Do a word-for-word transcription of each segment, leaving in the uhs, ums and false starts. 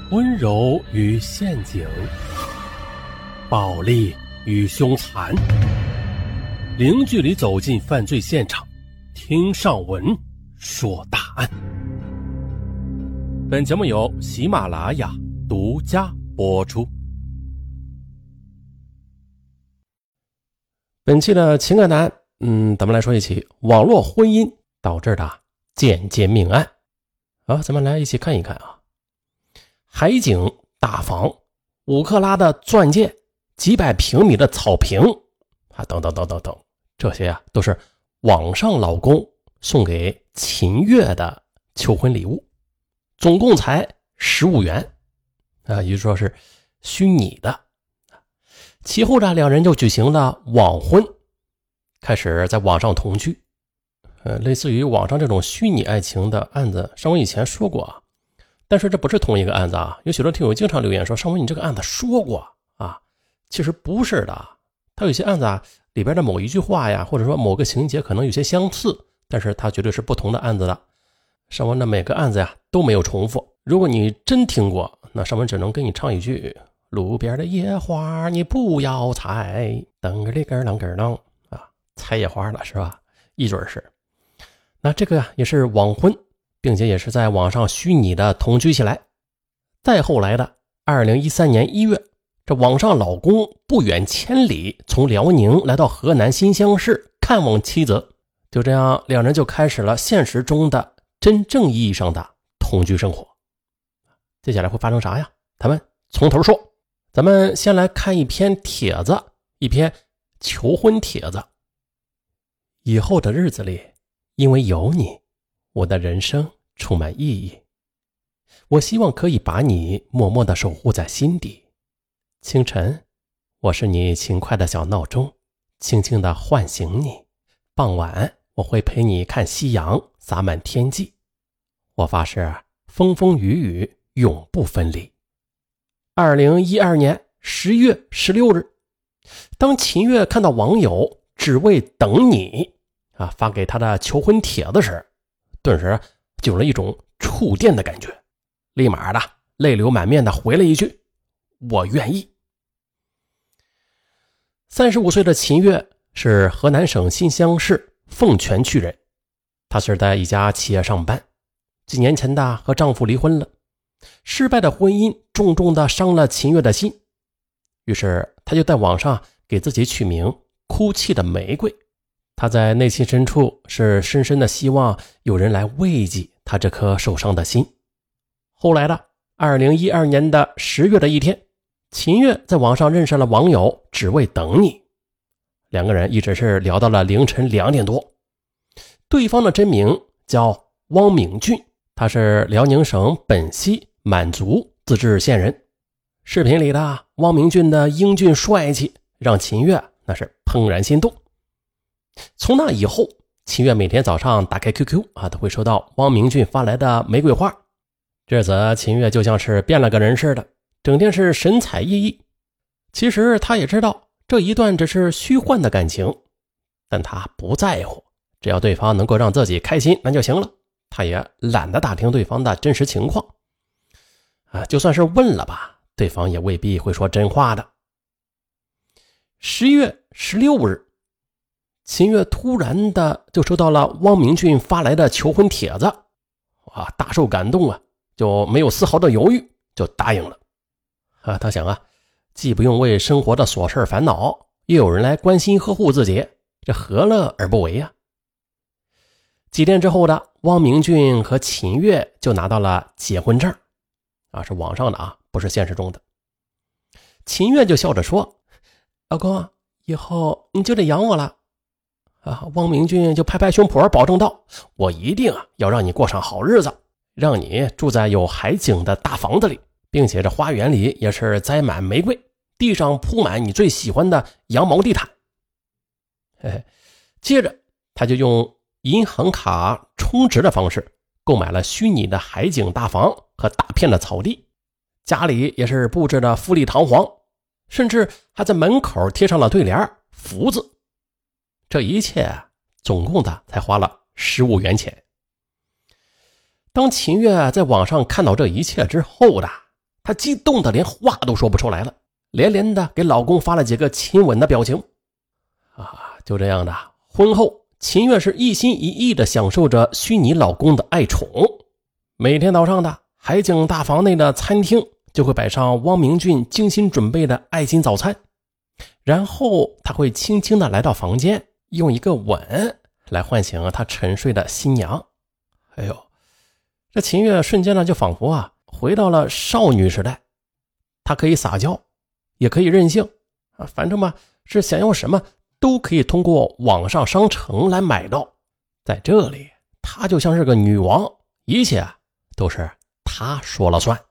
温柔与陷阱，暴力与凶残，零距离走进犯罪现场，听上文说大案。本节目由喜马拉雅独家播出。本期的情感案，嗯，咱们来说一起网络婚姻导致的间接命案。好，咱们来一起看一看啊。海景大房，五克拉的钻戒，几百平米的草坪啊，等等等等等，这些啊都是网上老公送给秦月的求婚礼物，总共才十五元啊，也就是说是虚拟的。其后呢，两人就举行了网婚，开始在网上同居。呃，类似于网上这种虚拟爱情的案子，上文以前说过啊，但是这不是同一个案子啊。有许多听友经常留言说，上文你这个案子说过啊，其实不是的。它有些案子啊，里边的某一句话呀，或者说某个情节可能有些相似，但是它绝对是不同的案子的。上文的每个案子呀都没有重复。如果你真听过，那上文只能跟你唱一句：路边的野花你不要采，噔个里个啷个啷啊，采野花了是吧？一准是。那这个也是网婚，并且也是在网上虚拟的同居起来。再后来的二零一三年一月，这网上老公不远千里从辽宁来到河南新乡市看望妻子，就这样两人就开始了现实中的真正意义上的同居生活。接下来会发生啥呀？咱们从头说。咱们先来看一篇帖子，一篇求婚帖子。以后的日子里，因为有你，我的人生充满意义。我希望可以把你默默地守护在心底。清晨，我是你勤快的小闹钟，轻轻地唤醒你。傍晚，我会陪你看夕阳洒满天际。我发誓，风风雨雨永不分离。二零一二年十月十六日，当秦月看到网友只为等你啊发给他的求婚帖子时，顿时就有了一种触电的感觉，立马的泪流满面的回了一句：我愿意。三十五岁的秦月是河南省新乡市凤泉区人，她是在一家企业上班，几年前的和丈夫离婚了。失败的婚姻重重的伤了秦月的心，于是她就在网上给自己取名哭泣的玫瑰。她在内心深处是深深的希望有人来慰藉她这颗受伤的心。后来的二零一二年的十月的一天，秦月在网上认识了网友只为等你，两个人一直是聊到了凌晨两点多。对方的真名叫汪明俊，他是辽宁省本溪满族自治县人。视频里的汪明俊的英俊帅气让秦月那是怦然心动。从那以后，秦月每天早上打开 Q Q 啊，都会收到汪明俊发来的玫瑰花。这次秦月就像是变了个人似的，整天是神采奕奕。其实他也知道这一段只是虚幻的感情，但他不在乎，只要对方能够让自己开心那就行了。他也懒得打听对方的真实情况啊，就算是问了吧，对方也未必会说真话的。十月十六日，秦月突然的就收到了汪明俊发来的求婚帖子，哇，大受感动啊，就没有丝毫的犹豫，就答应了。啊，他想啊，既不用为生活的琐事烦恼，又有人来关心呵护自己，这何乐而不为啊？几天之后的汪明俊和秦月就拿到了结婚证啊，是网上的啊，不是现实中的。秦月就笑着说：老公，以后你就得养我了啊。汪明俊就拍拍胸脯保证道：我一定啊要让你过上好日子，让你住在有海景的大房子里，并且这花园里也是栽满玫瑰，地上铺满你最喜欢的羊毛地毯。嘿嘿，接着他就用银行卡充值的方式购买了虚拟的海景大房和大片的草地，家里也是布置的富丽堂皇，甚至还在门口贴上了对联福字。这一切总共的才花了十五元钱。当秦月在网上看到这一切之后的， 她激动的连话都说不出来了，连连的给老公发了几个亲吻的表情。啊，就这样的，婚后秦月是一心一意的享受着虚拟老公的爱宠。每天早上的海景大房内的餐厅就会摆上汪明俊精心准备的爱心早餐，然后他会轻轻的来到房间，用一个吻来唤醒他沉睡的新娘。哎呦，这秦月瞬间呢就仿佛啊回到了少女时代。她可以撒娇，也可以任性啊，反正嘛是想要什么都可以通过网上商城来买到。在这里她就像是个女王，一切都是她说了算。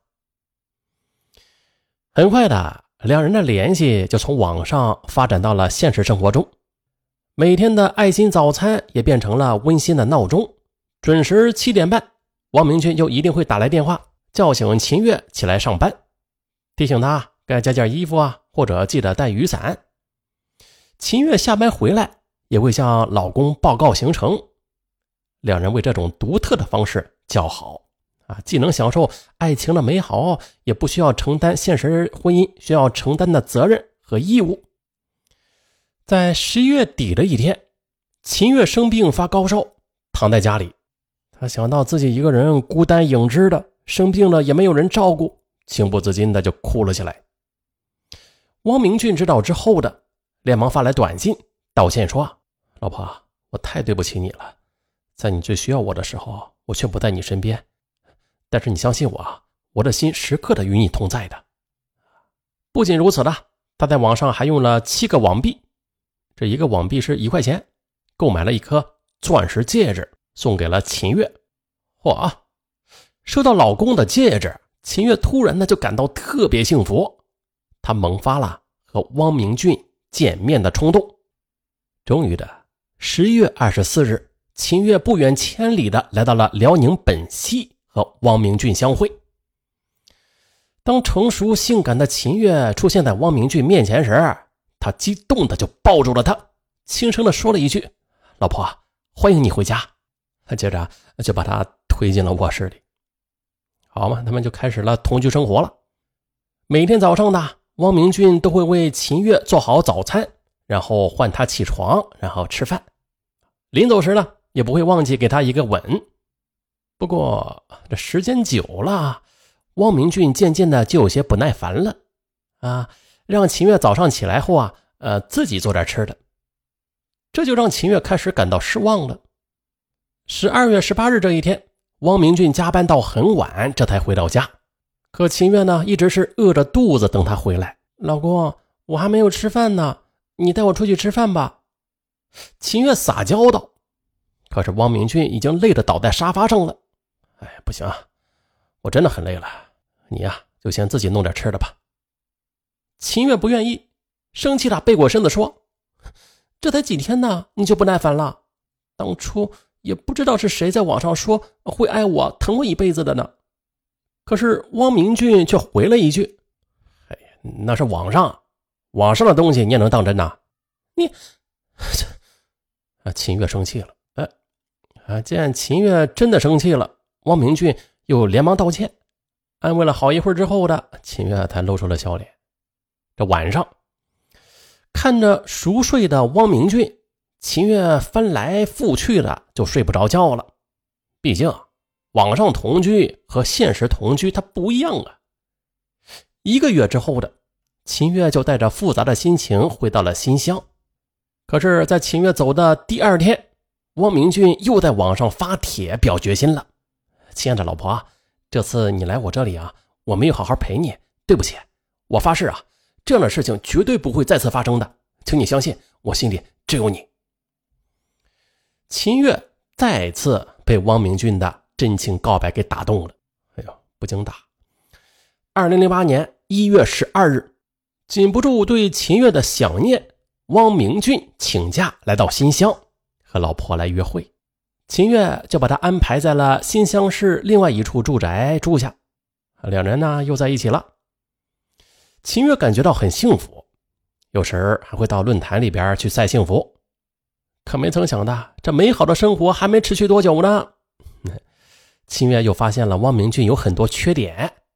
很快的，两人的联系就从网上发展到了现实生活中。每天的爱心早餐也变成了温馨的闹钟。准时七点半，汪明俊就一定会打来电话，叫醒秦月起来上班，提醒他该加件衣服啊，或者记得带雨伞。秦月下班回来也会向老公报告行程，两人为这种独特的方式叫好啊，既能享受爱情的美好，也不需要承担现实婚姻需要承担的责任和义务。在十一月底的一天，秦月生病发高烧，躺在家里。他想到自己一个人孤单影只的，生病了也没有人照顾，情不自禁的就哭了起来。汪明俊知道之后的，连忙发来短信道歉说：老婆，我太对不起你了，在你最需要我的时候，我却不在你身边，但是你相信我，我的心时刻的与你同在的。不仅如此的，他在网上还用了七个网币，这一个网币是一块钱，购买了一颗钻石戒指送给了秦月。嚯，收到老公的戒指，秦月突然的就感到特别幸福，她萌发了和汪明俊见面的冲动。终于的十一月二十四日，秦月不远千里的来到了辽宁本溪和汪明俊相会。当成熟性感的秦月出现在汪明俊面前时，他激动的就抱住了他，轻声的说了一句：老婆，欢迎你回家。接着就把他推进了卧室里。好嘛，他们就开始了同居生活了。每天早上的汪明俊都会为秦月做好早餐，然后唤她起床，然后吃饭。临走时呢，也不会忘记给她一个吻。不过这时间久了，汪明俊渐渐的就有些不耐烦了啊，让秦月早上起来后啊，呃，自己做点吃的。这就让秦月开始感到失望了。十二月十八日这一天，汪明俊加班到很晚，这才回到家。可秦月呢，一直是饿着肚子等他回来。老公，我还没有吃饭呢，你带我出去吃饭吧。秦月撒娇道。可是汪明俊已经累得倒在沙发上了。哎，不行啊，我真的很累了，你呀、啊、就先自己弄点吃的吧。秦月不愿意，生气地背过身子说：这才几天呢，你就不耐烦了？当初也不知道是谁在网上说会爱我疼我一辈子的呢。可是汪明俊却回了一句：哎，那是网上网上的东西你也能当真呐？你啊，秦月生气了。哎啊，见秦月真的生气了，汪明俊又连忙道歉，安慰了好一会儿之后的，秦月才露出了笑脸。这晚上看着熟睡的汪明俊，秦月翻来覆去的就睡不着觉了。毕竟网上同居和现实同居它不一样啊。一个月之后的，秦月就带着复杂的心情回到了新乡。可是在秦月走的第二天，汪明俊又在网上发帖表决心了。亲爱的老婆，这次你来我这里啊，我没有好好陪你，对不起，我发誓啊，这样的事情绝对不会再次发生的，请你相信，我心里只有你。秦月再次被汪明俊的真情告白给打动了。哎呦，不经打。二零零八年一月十二日，禁不住对秦月的想念，汪明俊请假来到新乡和老婆来约会。秦月就把他安排在了新乡市另外一处住宅住下，两人呢又在一起了。秦月感觉到很幸福，有时还会到论坛里边去晒幸福。可没曾想的，这美好的生活还没持续多久呢，秦月又发现了汪明俊有很多缺点。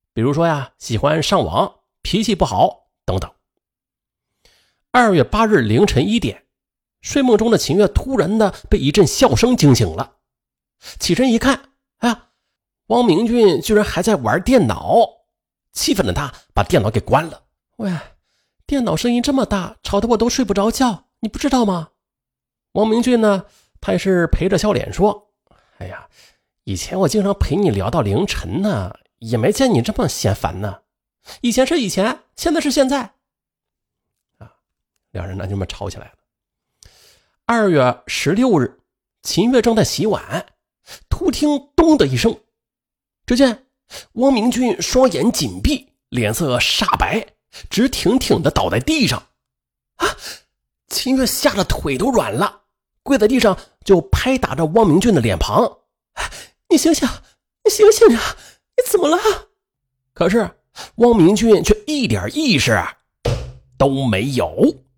比如说呀，喜欢上网，脾气不好等等。二月八日凌晨一点，睡梦中的秦月突然的被一阵笑声惊醒了，起身一看，哎呀，汪明俊居然还在玩电脑，气愤的他把电脑给关了。喂，电脑声音这么大，吵得我都睡不着觉，你不知道吗？汪明俊呢，他也是陪着笑脸说，哎呀，以前我经常陪你聊到凌晨呢，也没见你这么嫌烦呢。以前是以前，现在是现在。啊，两人呢就这么吵起来了。二月十六日，秦月正在洗碗，突听咚的一声，只见汪明俊双眼紧闭，脸色煞白，直挺挺地倒在地上。啊！秦月吓得腿都软了，跪在地上就拍打着汪明俊的脸庞。你醒醒，你醒醒呀，你怎么了？可是汪明俊却一点意识都没有。